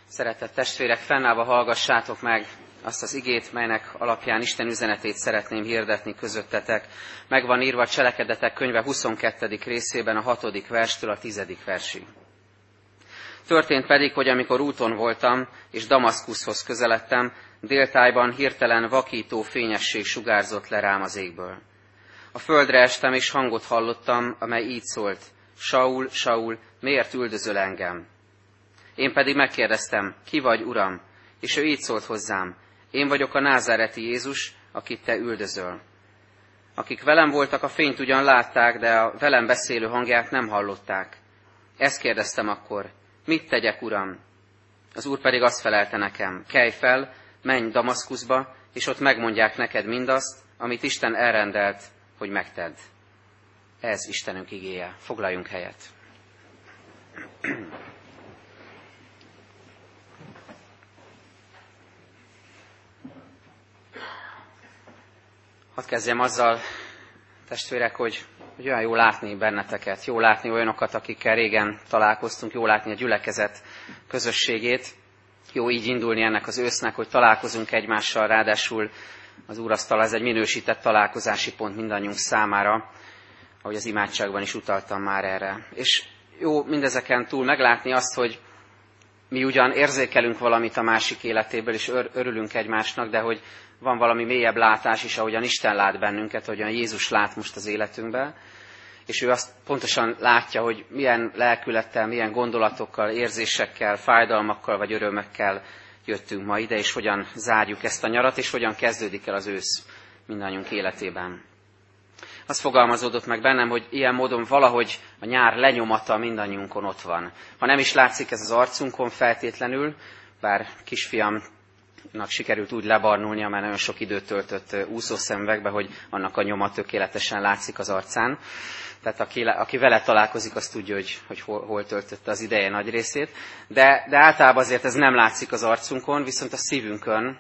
Szeretett testvérek, fennállva hallgassátok meg azt az igét, melynek alapján Isten üzenetét szeretném hirdetni közöttetek. Meg van írva a Cselekedetek könyve 22. részében a 6. verstől a 10. versig. Történt pedig, hogy amikor úton voltam, és Damaszkuszhoz közeledtem, déltájban hirtelen vakító fényesség sugárzott le rám az égből. A földre estem, és hangot hallottam, amely így szólt: Saul, Saul, miért üldözöl engem? Én pedig megkérdeztem: ki vagy, Uram? És ő így szólt hozzám: én vagyok a názáreti Jézus, akit te üldözöl. Akik velem voltak, a fényt ugyan látták, de a velem beszélő hangját nem hallották. Ezt kérdeztem akkor: mit tegyek, Uram? Az Úr pedig azt felelte nekem: kelj fel, menj Damaszkuszba, és ott megmondják neked mindazt, amit Isten elrendelt, hogy megtedd. Ez Istenünk igéje. Foglaljunk helyet. Hadd kezdjem azzal, testvérek, hogy olyan jó látni benneteket, jó látni olyanokat, akikkel régen találkoztunk, jó látni a gyülekezet közösségét. Jó így indulni ennek az ősznek, hogy találkozunk egymással, ráadásul az úrasztal ez egy minősített találkozási pont mindannyiunk számára, ahogy az imádságban is utaltam már erre. És jó mindezeken túl meglátni azt, hogy mi ugyan érzékelünk valamit a másik életéből, és örülünk egymásnak, de hogy van valami mélyebb látás is, ahogyan Isten lát bennünket, ahogyan Jézus lát most az életünkben, és ő azt pontosan látja, hogy milyen lelkülettel, milyen gondolatokkal, érzésekkel, fájdalmakkal vagy örömökkel jöttünk ma ide, és hogyan zárjuk ezt a nyarat, és hogyan kezdődik el az ősz mindannyiunk életében. Az fogalmazódott meg bennem, hogy ilyen módon valahogy a nyár lenyomata mindannyiunkon ott van. Ha nem is látszik ez az arcunkon feltétlenül, bár kisfiamnak sikerült úgy lebarnulnia, mert nagyon sok időt töltött úszószemüvegbe, hogy annak a nyoma tökéletesen látszik az arcán. Tehát aki vele találkozik, az tudja, hogy hol töltötte az ideje nagy részét. De általában azért ez nem látszik az arcunkon, viszont a szívünkön,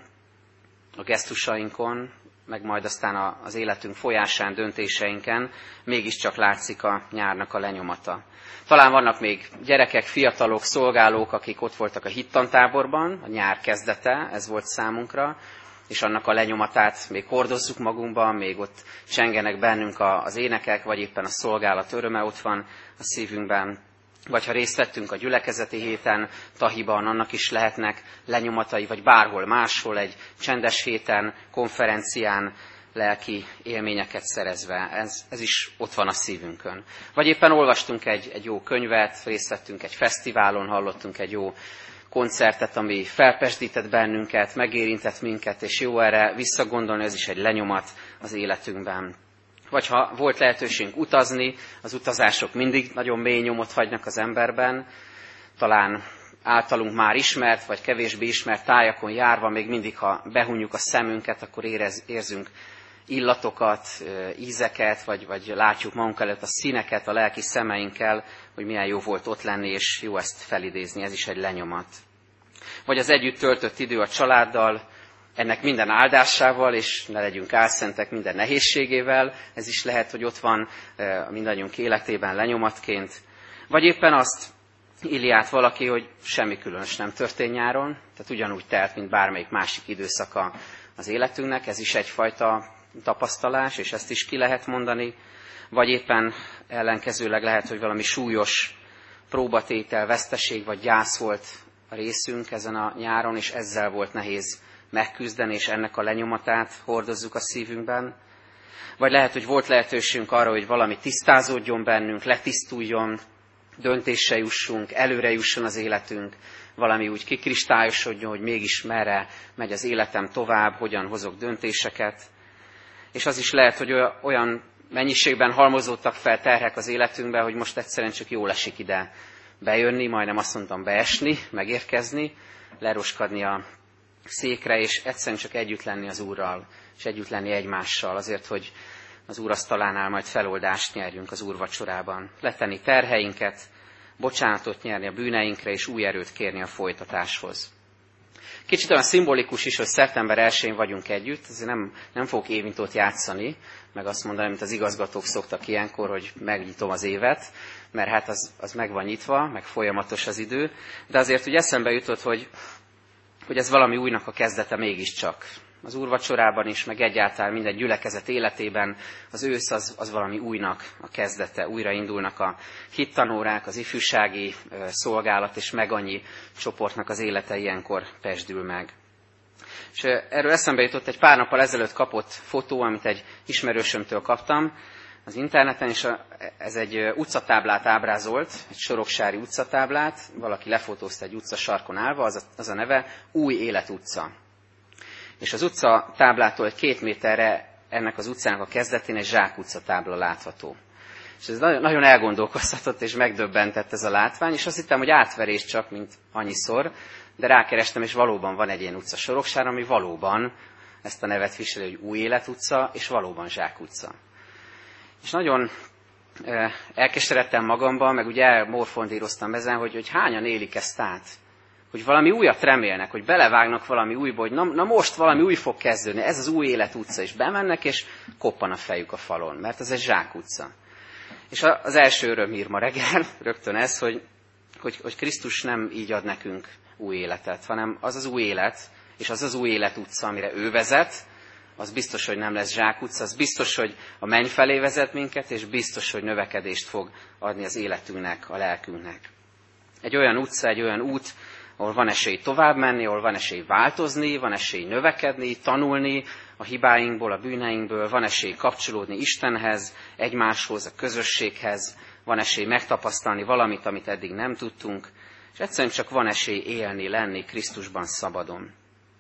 a gesztusainkon, meg majd aztán az életünk folyásán, döntéseinken mégiscsak látszik a nyárnak a lenyomata. Talán vannak még gyerekek, fiatalok, szolgálók, akik ott voltak a hittantáborban, a nyár kezdete, ez volt számunkra, és annak a lenyomatát még hordozzuk magunkban, még ott csengenek bennünk az énekek, vagy éppen a szolgálat öröme ott van a szívünkben. Vagy ha részt vettünk a gyülekezeti héten, Tahiban, annak is lehetnek lenyomatai, vagy bárhol máshol, egy csendes héten, konferencián, lelki élményeket szerezve. Ez is ott van a szívünkön. Vagy éppen olvastunk egy jó könyvet, részt vettünk egy fesztiválon, hallottunk egy jó koncertet, ami felpesdített bennünket, megérintett minket, és jó erre visszagondolni, ez is egy lenyomat az életünkben. Vagy ha volt lehetőségünk utazni, az utazások mindig nagyon mély nyomot hagynak az emberben, talán általunk már ismert, vagy kevésbé ismert tájakon járva, még mindig, ha behunjuk a szemünket, akkor érzünk illatokat, ízeket, vagy látjuk magunk előtt a színeket a lelki szemeinkkel, hogy milyen jó volt ott lenni, és jó ezt felidézni, ez is egy lenyomat. Vagy az együtt töltött idő a családdal, ennek minden áldásával, és ne legyünk álszentek, minden nehézségével, ez is lehet, hogy ott van mindannyiunk életében lenyomatként. Vagy éppen azt illi át valaki, hogy semmi különös nem történt nyáron, tehát ugyanúgy telt, mint bármelyik másik időszaka az életünknek, ez is egyfajta tapasztalás, és ezt is ki lehet mondani. Vagy éppen ellenkezőleg lehet, hogy valami súlyos próbatétel, veszteség vagy gyász volt a részünk ezen a nyáron, és ezzel volt nehéz megküzdeni, és ennek a lenyomatát hordozzuk a szívünkben. Vagy lehet, hogy volt lehetőségünk arra, hogy valami tisztázódjon bennünk, letisztuljon, döntésre jussunk, előre jusson az életünk, valami úgy kikristályosodjon, hogy mégis merre megy az életem tovább, hogyan hozok döntéseket. És az is lehet, hogy olyan mennyiségben halmozódtak fel terhek az életünkben, hogy most egyszerűen csak jól esik ide bejönni, majdnem azt mondtam beesni, megérkezni, leroskadni a székre, és egyszerűen csak együtt lenni az Úrral, és együtt lenni egymással, azért, hogy az úrasztalánál majd feloldást nyerjünk az úrvacsorában. Letenni terheinket, bocsánatot nyerni a bűneinkre, és új erőt kérni a folytatáshoz. Kicsit olyan szimbolikus is, hogy szeptember 1-én vagyunk együtt, ezért nem fogok évintót játszani, meg azt mondani, mint az igazgatók szoktak ilyenkor, hogy megnyitom az évet, mert hát az meg van nyitva, meg folyamatos az idő, de azért úgy eszembe jutott, hogy ez valami újnak a kezdete mégiscsak. Az úrvacsorában is, meg egyáltalán minden gyülekezet életében az ősz az valami újnak a kezdete. Újra indulnak a hittanórák, az ifjúsági szolgálat, és meg annyi csoportnak az élete ilyenkor pezsdül meg. És erről eszembe jutott egy pár nappal ezelőtt kapott fotó, amit egy ismerősömtől kaptam az interneten, és ez egy utcatáblát ábrázolt, egy soroksári utcatáblát, valaki lefotózta egy utcasarkon állva, az a neve Új Élet utca. És az utca táblától egy 2 méterre ennek az utcának a kezdetén egy zsákutca tábla látható. És ez nagyon elgondolkoztatott és megdöbbentett ez a látvány, és azt hittem, hogy átverés csak, mint annyiszor, de rákerestem, és valóban van egy ilyen utca Soroksár, ami valóban ezt a nevet viseli, hogy Új Élet utca, és valóban zsákutca. És nagyon elkeseredtem magamban, meg ugye elmorfondíroztam ezen, hogy hányan élik ezt át. Hogy valami újat remélnek, hogy belevágnak valami újba, hogy na most valami új fog kezdődni, ez az Új Élet utca, és bemennek, és koppan a fejük a falon, mert ez egy zsákutca. És az első örömhír ma reggel rögtön ez, hogy Krisztus nem így ad nekünk új életet, hanem az az új élet, és az az Új Élet utca, amire ő vezet, az biztos, hogy nem lesz zsákutca, az biztos, hogy a menny felé vezet minket, és biztos, hogy növekedést fog adni az életünknek, a lelkünknek. Egy olyan utca, egy olyan út, ahol van esély tovább menni, ahol van esély változni, van esély növekedni, tanulni a hibáinkból, a bűneinkből, van esély kapcsolódni Istenhez, egymáshoz, a közösséghez, van esély megtapasztalni valamit, amit eddig nem tudtunk, és egyszerűen csak van esély élni, lenni Krisztusban szabadon.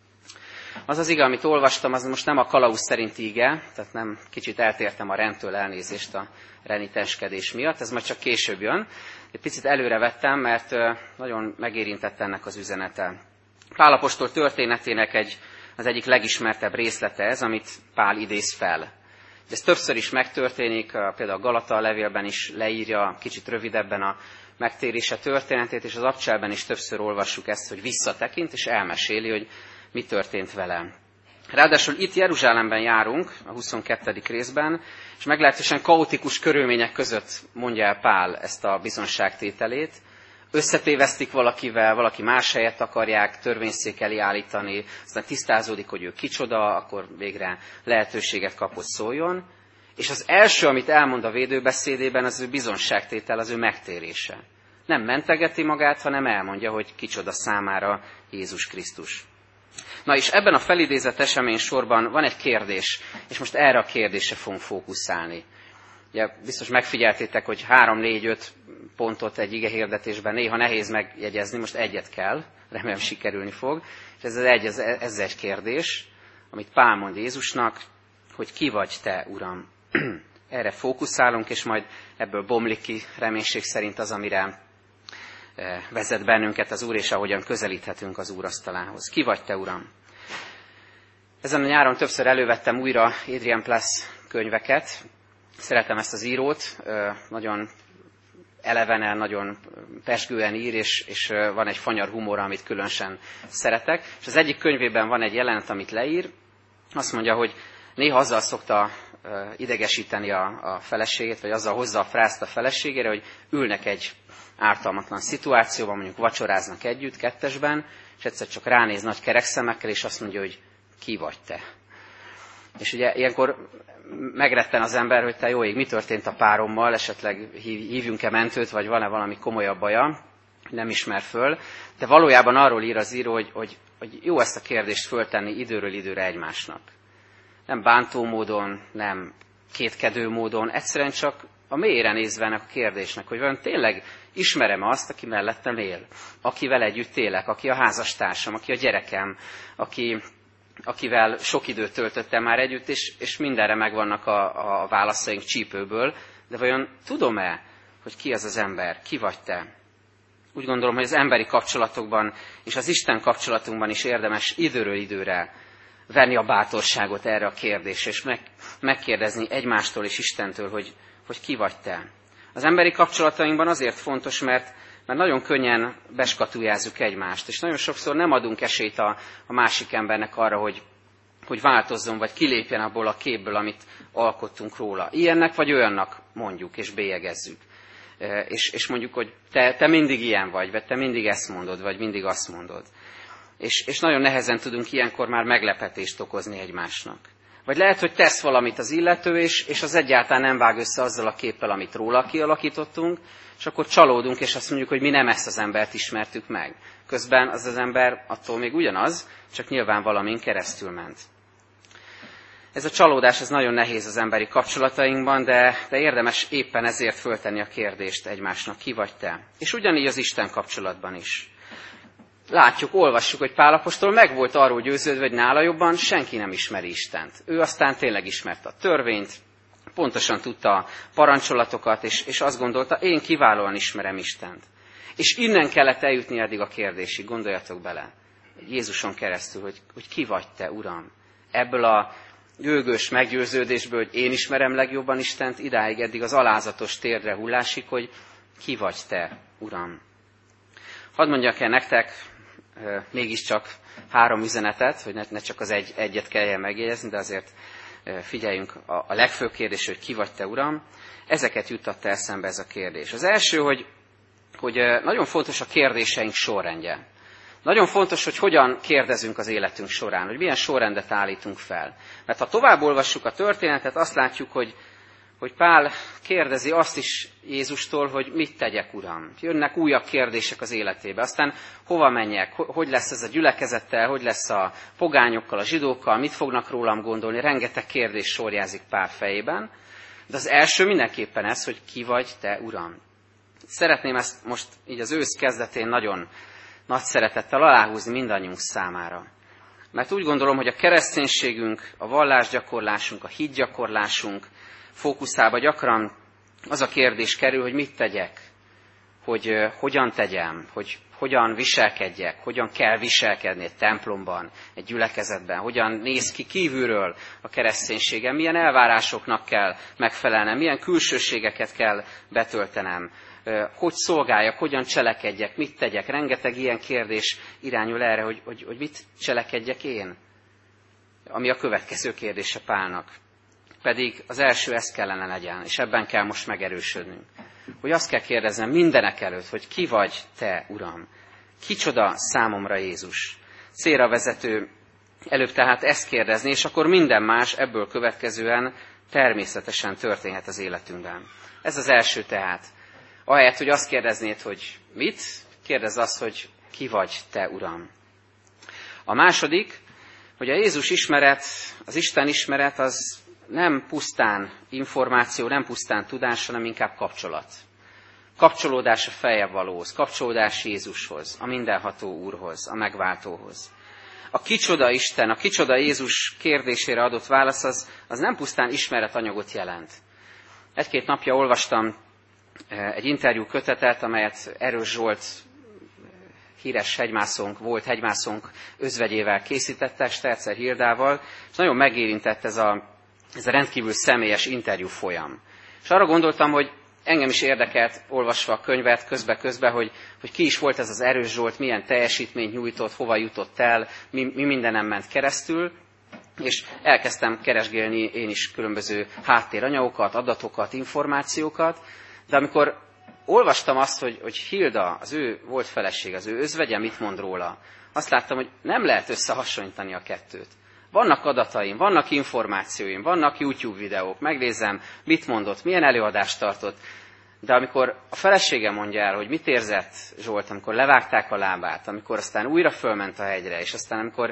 Az az ige, amit olvastam, az most nem a kalauz szerinti ige, tehát nem kicsit eltértem a rendtől, elnézést a renitenskedés miatt, ez majd csak később jön. Egy picit előre vettem, mert nagyon megérintett ennek az üzenete. Pál apostol történetének az egyik legismertebb részlete ez, amit Pál idéz fel. Ez többször is megtörténik, például a Galata levélben is leírja kicsit rövidebben a megtérése történetét, és az Abcselben is többször olvassuk ezt, hogy visszatekint, és elmeséli, hogy mi történt vele. Ráadásul itt Jeruzsálemben járunk, a 22. részben, és meglehetősen kaotikus körülmények között mondja el Pál ezt a bizonságtételét. Összetévesztik valakivel, valaki más helyet akarják törvényszék elé állítani, aztán tisztázódik, hogy ő kicsoda, akkor végre lehetőséget kap, hogy szóljon. És az első, amit elmond a védőbeszédében, az ő bizonságtétel, az ő megtérése. Nem mentegeti magát, hanem elmondja, hogy kicsoda számára Jézus Krisztus. Na és ebben a felidézett esemény sorban van egy kérdés, és most erre a kérdésre fogunk fókuszálni. Ugye biztos megfigyeltétek, hogy 3-4-5 pontot egy igehirdetésben néha nehéz megjegyezni, most egyet kell, remélem sikerülni fog. És ez egy kérdés, amit Pál mond Jézusnak, hogy ki vagy te, Uram. Erre fókuszálunk, és majd ebből bomlik ki reménység szerint az, amire vezet bennünket az Úr, és ahogyan közelíthetünk az Úr asztalához. Ki vagy te, Uram? Ezen a nyáron többször elővettem újra Adrian Plass könyveket. Szeretem ezt az írót, nagyon elevenen, nagyon pezsgően ír, és van egy fanyar humora, amit különösen szeretek. És az egyik könyvében van egy jelenet, amit leír. Azt mondja, hogy néha azzal szokta idegesíteni a feleségét, vagy azzal hozza a frászt a feleségére, hogy ülnek egy ártalmatlan szituációban, mondjuk vacsoráznak együtt, kettesben, és egyszer csak ránéz nagy kerekszemekkel, és azt mondja, hogy ki vagy te. És ugye ilyenkor megretten az ember, hogy te jó ég, mi történt a párommal, esetleg hívjunk-e mentőt, vagy van-e valami komolyabb baja, nem ismer föl. De valójában arról ír az író, hogy jó ezt a kérdést föltenni időről időre egymásnak. Nem bántó módon, nem kétkedő módon, egyszerűen csak a mélyre nézve ennek a kérdésnek, hogy vajon tényleg ismerem azt, aki mellettem él, akivel együtt élek, aki a házastársam, aki a gyerekem, akivel sok időt töltöttem már együtt, és mindenre megvannak a válaszaink csípőből, de vajon tudom-e, hogy ki az az ember, ki vagy te? Úgy gondolom, hogy az emberi kapcsolatokban és az Isten kapcsolatunkban is érdemes időről időre venni a bátorságot erre a kérdésre, és megkérdezni egymástól és Istentől, hogy ki vagy te. Az emberi kapcsolatainkban azért fontos, mert mert nagyon könnyen beskatujázzuk egymást, és nagyon sokszor nem adunk esélyt a másik embernek arra, hogy változzon, vagy kilépjen abból a képből, amit alkottunk róla. Ilyennek vagy olyannak mondjuk, és bélyegezzük. És mondjuk, hogy te mindig ilyen vagy te mindig ezt mondod, vagy mindig azt mondod. És nagyon nehezen tudunk ilyenkor már meglepetést okozni egymásnak. Vagy lehet, hogy tesz valamit az illető, és az egyáltalán nem vág össze azzal a képpel, amit róla kialakítottunk, és akkor csalódunk, és azt mondjuk, hogy mi nem ezt az embert ismertük meg. Közben az ember attól még ugyanaz, csak nyilván valamin keresztül ment. Ez a csalódás ez nagyon nehéz az emberi kapcsolatainkban, de érdemes éppen ezért föltenni a kérdést egymásnak, ki vagy te. És ugyanígy az Isten kapcsolatban is. Látjuk, olvassuk, hogy Pál apostol meg volt arról győződve, hogy nála jobban senki nem ismeri Istent. Ő aztán tényleg ismerte a törvényt, pontosan tudta a parancsolatokat, és azt gondolta, én kiválóan ismerem Istent. És innen kellett eljutni eddig a kérdésig, gondoljatok bele, Jézuson keresztül, hogy ki vagy te, Uram. Ebből a gőgös meggyőződésből, hogy én ismerem legjobban Istent, idáig eddig az alázatos térdre hullásig, hogy ki vagy te, Uram. Hadd mondjak el nektek mégiscsak 3 üzenetet, hogy ne csak az egyet kelljen megjegyezni, de azért figyeljünk a legfőbb kérdés, hogy ki vagy te, Uram. Ezeket juttatta eszembe ez a kérdés. Az első, hogy nagyon fontos a kérdéseink sorrendje. Nagyon fontos, hogy hogyan kérdezünk az életünk során, hogy milyen sorrendet állítunk fel. Mert ha tovább olvassuk a történetet, azt látjuk, hogy Pál kérdezi azt is Jézustól, hogy mit tegyek, Uram. Jönnek újabb kérdések az életébe. Aztán hova menjek, hogy lesz ez a gyülekezettel, hogy lesz a pogányokkal, a zsidókkal, mit fognak rólam gondolni. Rengeteg kérdés sorjázik Pál fejében. De az első mindenképpen ez, hogy ki vagy te, Uram. Szeretném ezt most így az ősz kezdetén nagyon nagy szeretettel aláhúzni mindannyiunk számára. Mert úgy gondolom, hogy a kereszténységünk, a vallásgyakorlásunk, a hitgyakorlásunk fókuszába gyakran az a kérdés kerül, hogy mit tegyek, hogy hogyan tegyem, hogy hogyan viselkedjek, hogyan kell viselkedni egy templomban, egy gyülekezetben, hogyan néz ki kívülről a kereszténységem, milyen elvárásoknak kell megfelelnem, milyen külsőségeket kell betöltenem, hogy szolgáljak, hogyan cselekedjek, mit tegyek. Rengeteg ilyen kérdés irányul erre, hogy mit cselekedjek én, ami a következő kérdése Pálnak. Pedig az első ez kellene legyen, és ebben kell most megerősödnünk. Hogy azt kell kérdeznem mindenek előtt, hogy ki vagy te, Uram? Kicsoda számomra Jézus? Célra vezető előbb tehát ezt kérdezni, és akkor minden más ebből következően természetesen történhet az életünkben. Ez az első tehát. Ahelyett, hogy azt kérdeznéd, hogy mit, kérdezz azt, hogy ki vagy te, Uram. A második, hogy a Jézus ismeret, az Isten ismeret az nem pusztán információ, nem pusztán tudás, hanem inkább kapcsolat. Kapcsolódás a feljebb valóhoz, kapcsolódás Jézushoz, a mindenható Úrhoz, a megváltóhoz. A kicsoda Isten, a kicsoda Jézus kérdésére adott válasz az nem pusztán ismeretanyagot jelent. 1-2 napja olvastam egy interjú kötetet, amelyet Erős Zsolt, híres hegymászónk, volt hegymászónk özvegyével készítette, Sterzer Hildával, és nagyon megérintett ez a rendkívül személyes interjú folyam. És arra gondoltam, hogy engem is érdekelt, olvasva a könyvet közbe, hogy ki is volt ez az Erős Zsolt, milyen teljesítményt nyújtott, hova jutott el, mi mindenem ment keresztül, és elkezdtem keresgélni én is különböző háttéranyagokat, adatokat, információkat, de amikor olvastam azt, hogy Hilda, az ő volt feleség, az ő özvegye mit mond róla, azt láttam, hogy nem lehet összehasonlítani a kettőt. Vannak adataim, vannak információim, vannak YouTube videók, megnézem, mit mondott, milyen előadást tartott, de amikor a felesége mondja el, hogy mit érzett Zsolt, amikor levágták a lábát, amikor aztán újra fölment a hegyre, és aztán amikor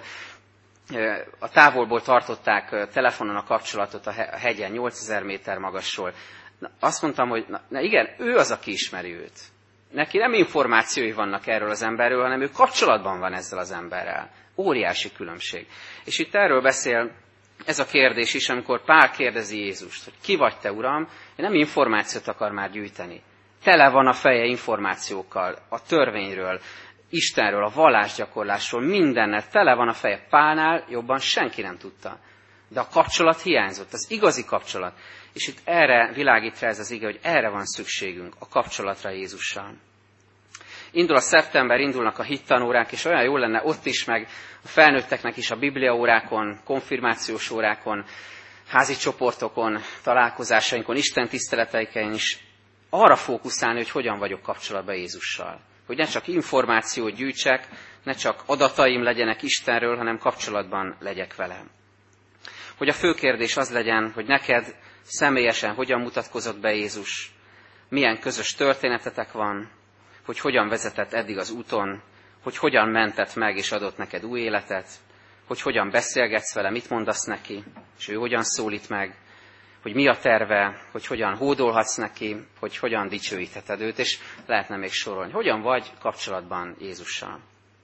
a távolból tartották telefonon a kapcsolatot a hegyen, 8000 méter magasról, azt mondtam, hogy na igen, ő az, aki ismeri őt. Neki nem információi vannak erről az emberről, hanem ő kapcsolatban van ezzel az emberrel. Óriási különbség. És itt erről beszél ez a kérdés is, amikor Pál kérdezi Jézust, hogy ki vagy te, Uram, ő nem információt akar már gyűjteni. Tele van a feje információkkal, a törvényről, Istenről, a vallásgyakorlásról, mindennel tele van a feje. Pálnál jobban senki nem tudta. De a kapcsolat hiányzott, az igazi kapcsolat. És itt erre világít rá ez az ige, hogy erre van szükségünk, a kapcsolatra Jézussal. Indul a szeptember, indulnak a hittanórák, és olyan jó lenne ott is, meg a felnőtteknek is a bibliaórákon, konfirmációs órákon, házi csoportokon, találkozásainkon, Isten tiszteleteiken is arra fókuszálni, hogy hogyan vagyok kapcsolatban Jézussal. Hogy ne csak információt gyűjtsek, ne csak adataim legyenek Istenről, hanem kapcsolatban legyek vele. Hogy a fő kérdés az legyen, hogy neked személyesen hogyan mutatkozott be Jézus, milyen közös történetetek van, hogy hogyan vezetett eddig az úton, hogy hogyan mentett meg és adott neked új életet, hogy hogyan beszélgetsz vele, mit mondasz neki, és ő hogyan szólít meg, hogy mi a terve, hogy hogyan hódolhatsz neki, hogy hogyan dicsőítheted őt, és lehetne még sorolni. Hogyan vagy kapcsolatban Jézussal.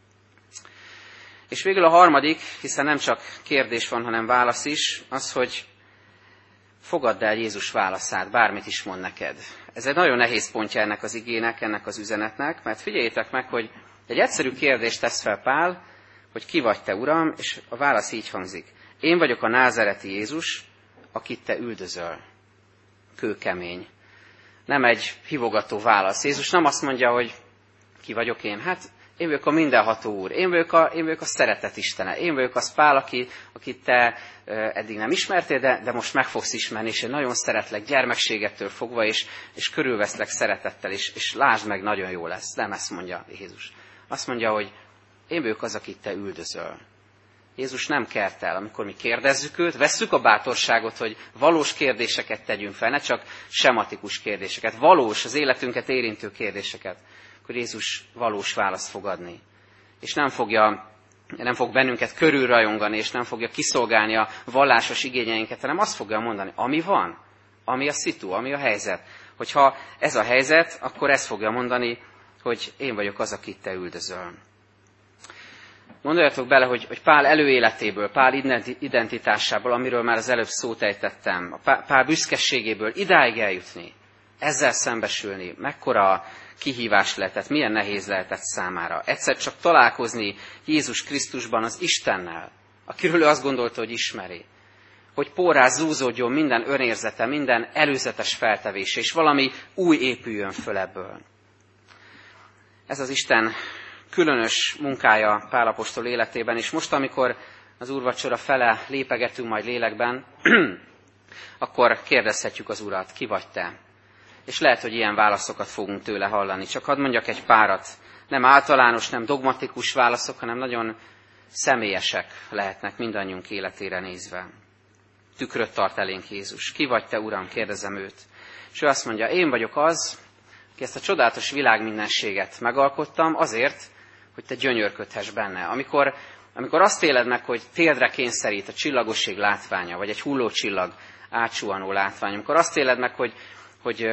És végül a harmadik, hiszen nem csak kérdés van, hanem válasz is, az, hogy fogadd el Jézus válaszát, bármit is mond neked. Ez egy nagyon nehéz pontja ennek az igének, ennek az üzenetnek, mert figyeljétek meg, hogy egy egyszerű kérdést tesz fel Pál, hogy ki vagy te, Uram, és a válasz így hangzik. Én vagyok a názáreti Jézus, akit te üldözöl. Kőkemény. Nem egy hívogató válasz. Jézus nem azt mondja, hogy ki vagyok én. Hát én vagyok a mindenható Úr. Én vagyok a szeretet Istene. Én vagyok az Pál, akit te eddig nem ismertél, de most meg fogsz ismerni, és én nagyon szeretlek gyermekségettől fogva, és körülveszlek szeretettel, és lásd meg, nagyon jó lesz. Nem ezt mondja Jézus. Azt mondja, hogy én vagyok az, akit te üldözöl. Jézus nem kert el. Amikor mi kérdezzük őt, vesszük a bátorságot, hogy valós kérdéseket tegyünk fel, ne csak sematikus kérdéseket, valós, az életünket érintő kérdéseket, akkor Jézus valós választ fog adni. És nem fog bennünket körülrajongani, és nem fogja kiszolgálni a vallásos igényeinket, hanem azt fogja mondani, ami van, ami a szitu, ami a helyzet. Hogyha ez a helyzet, akkor ezt fogja mondani, hogy én vagyok az, akit te üldözöl. Gondoljatok bele, hogy Pál előéletéből, Pál identitásából, amiről már az előbb szót ejtettem, Pál büszkeségéből idáig eljutni, ezzel szembesülni, mekkora kihívás lehetett, milyen nehéz lehetett számára. Egyszer csak találkozni Jézus Krisztusban az Istennel, akiről ő azt gondolta, hogy ismeri. Hogy porrá zúzódjon minden önérzete, minden előzetes feltevése, és valami új épüljön föl ebből. Ez az Isten különös munkája Pál apostol életében, és most, amikor az úrvacsora fele lépegetünk majd lélekben, akkor kérdezhetjük az Urat, ki vagy te? És lehet, hogy ilyen válaszokat fogunk tőle hallani. Csak hadd mondjak egy párat. Nem általános, nem dogmatikus válaszok, hanem nagyon személyesek lehetnek mindannyiunk életére nézve. Tükröt tart elénk Jézus. Ki vagy te, Uram? Kérdezem őt. És ő azt mondja, én vagyok az, aki ezt a csodálatos világmindenséget megalkottam azért, hogy te gyönyörködhess benne. Amikor azt éled meg, hogy térdre kényszerít a csillagosség látványa, vagy egy hullócsillag átsuhanó látvány, amikor azt éled meg, hogy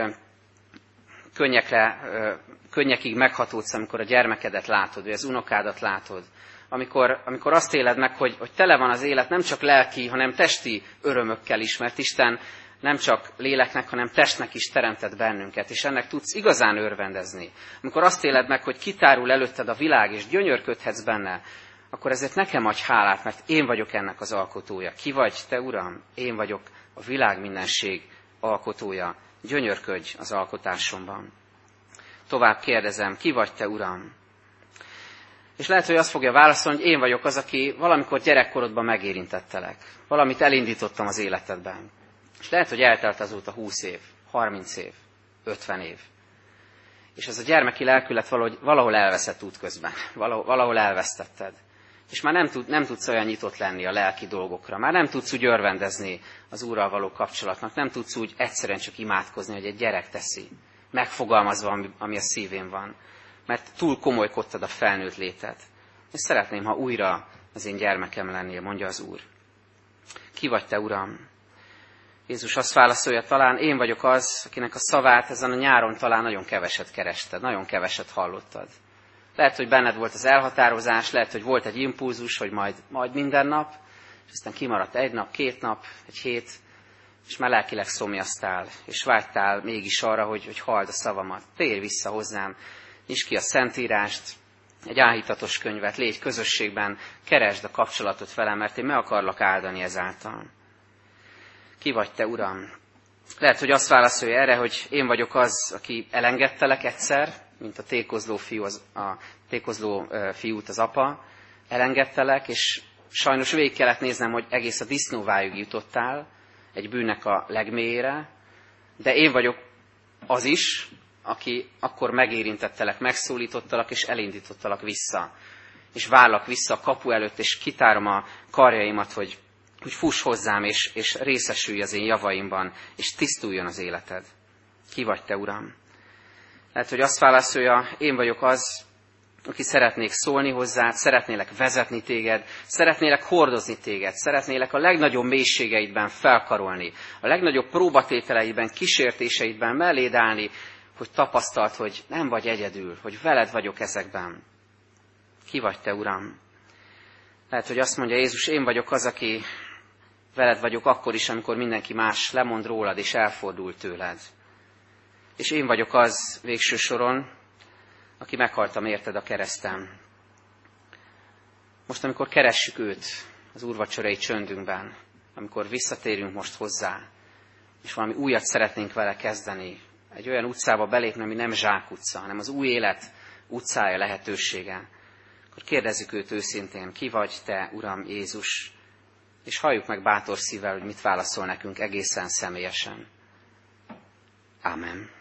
könnyekig meghatódsz, amikor a gyermekedet látod, vagy az unokádat látod, amikor azt éled meg, hogy tele van az élet nem csak lelki, hanem testi örömökkel is, mert Isten nem csak léleknek, hanem testnek is teremtett bennünket, és ennek tudsz igazán örvendezni. Amikor azt éled meg, hogy kitárul előtted a világ, és gyönyörködhetsz benne, akkor ezért nekem adj hálát, mert én vagyok ennek az alkotója. Ki vagy te, Uram? Én vagyok a világ mindenség alkotója. Gyönyörködj az alkotásomban. Tovább kérdezem, ki vagy te, Uram? És lehet, hogy azt fogja válaszolni, hogy én vagyok az, aki valamikor gyerekkorodban megérintettelek. Valamit elindítottam az életedben. És lehet, hogy eltelt azóta 20 év, 30 év, 50 év. És ez a gyermeki lelkület valahol elveszett útközben. Valahol elvesztetted. És már nem tudsz olyan nyitott lenni a lelki dolgokra. Már nem tudsz úgy örvendezni az Úrral való kapcsolatnak. Nem tudsz úgy egyszerűen csak imádkozni, hogy egy gyerek teszi. Megfogalmazva, ami a szívén van. Mert túl komolykodtad a felnőtt létet. És szeretném, ha újra az én gyermekem lennél, mondja az Úr. Ki vagy te, Uram? Jézus azt válaszolja, talán én vagyok az, akinek a szavát ezen a nyáron talán nagyon keveset kerested, nagyon keveset hallottad. Lehet, hogy benned volt az elhatározás, lehet, hogy volt egy impulzus, hogy majd minden nap, és aztán kimaradt egy nap, 2 nap, egy hét, és már lelkileg szomjaztál, és vágytál mégis arra, hogy halld a szavamat. Térj vissza hozzám, nyisd ki a Szentírást, egy áhítatos könyvet, légy közösségben, keresd a kapcsolatot velem, mert én meg akarlak áldani ezáltal. Ki vagy te, Uram? Lehet, hogy azt válaszolja erre, hogy én vagyok az, aki elengedtelek egyszer, mint a tékozló fiút az apa, elengedtelek, és sajnos végig kellett néznem, hogy egész a disznóvájúig jutottál, egy bűnnek a legmélyére, de én vagyok az is, aki akkor megérintettelek, megszólítottalak, és elindítottalak vissza. És várlak vissza a kapu előtt, és kitárom a karjaimat, hogy fuss hozzám, és részesülj az én javaimban, és tisztuljon az életed. Ki vagy te, Uram? Lehet, hogy azt válaszolja, én vagyok az, aki szeretnék szólni hozzád, szeretnélek vezetni téged, szeretnélek hordozni téged, szeretnélek a legnagyobb mélységeidben felkarolni, a legnagyobb próbatételeidben, kísértéseidben melléd állni, hogy tapasztald, hogy nem vagy egyedül, hogy veled vagyok ezekben. Ki vagy te, Uram? Lehet, hogy azt mondja Jézus, én vagyok az, aki veled vagyok akkor is, amikor mindenki más lemond rólad és elfordul tőled. És én vagyok az végső soron, aki meghaltam érted a kereszten. Most, amikor keressük őt az úrvacsorai csöndünkben, amikor visszatérünk most hozzá, és valami újat szeretnénk vele kezdeni, egy olyan utcába belépni, ami nem zsákutca, hanem az új élet utcája, lehetősége, akkor kérdezzük őt őszintén, ki vagy te, Uram Jézus, és halljuk meg bátor szívvel, hogy mit válaszol nekünk egészen személyesen. Ámen.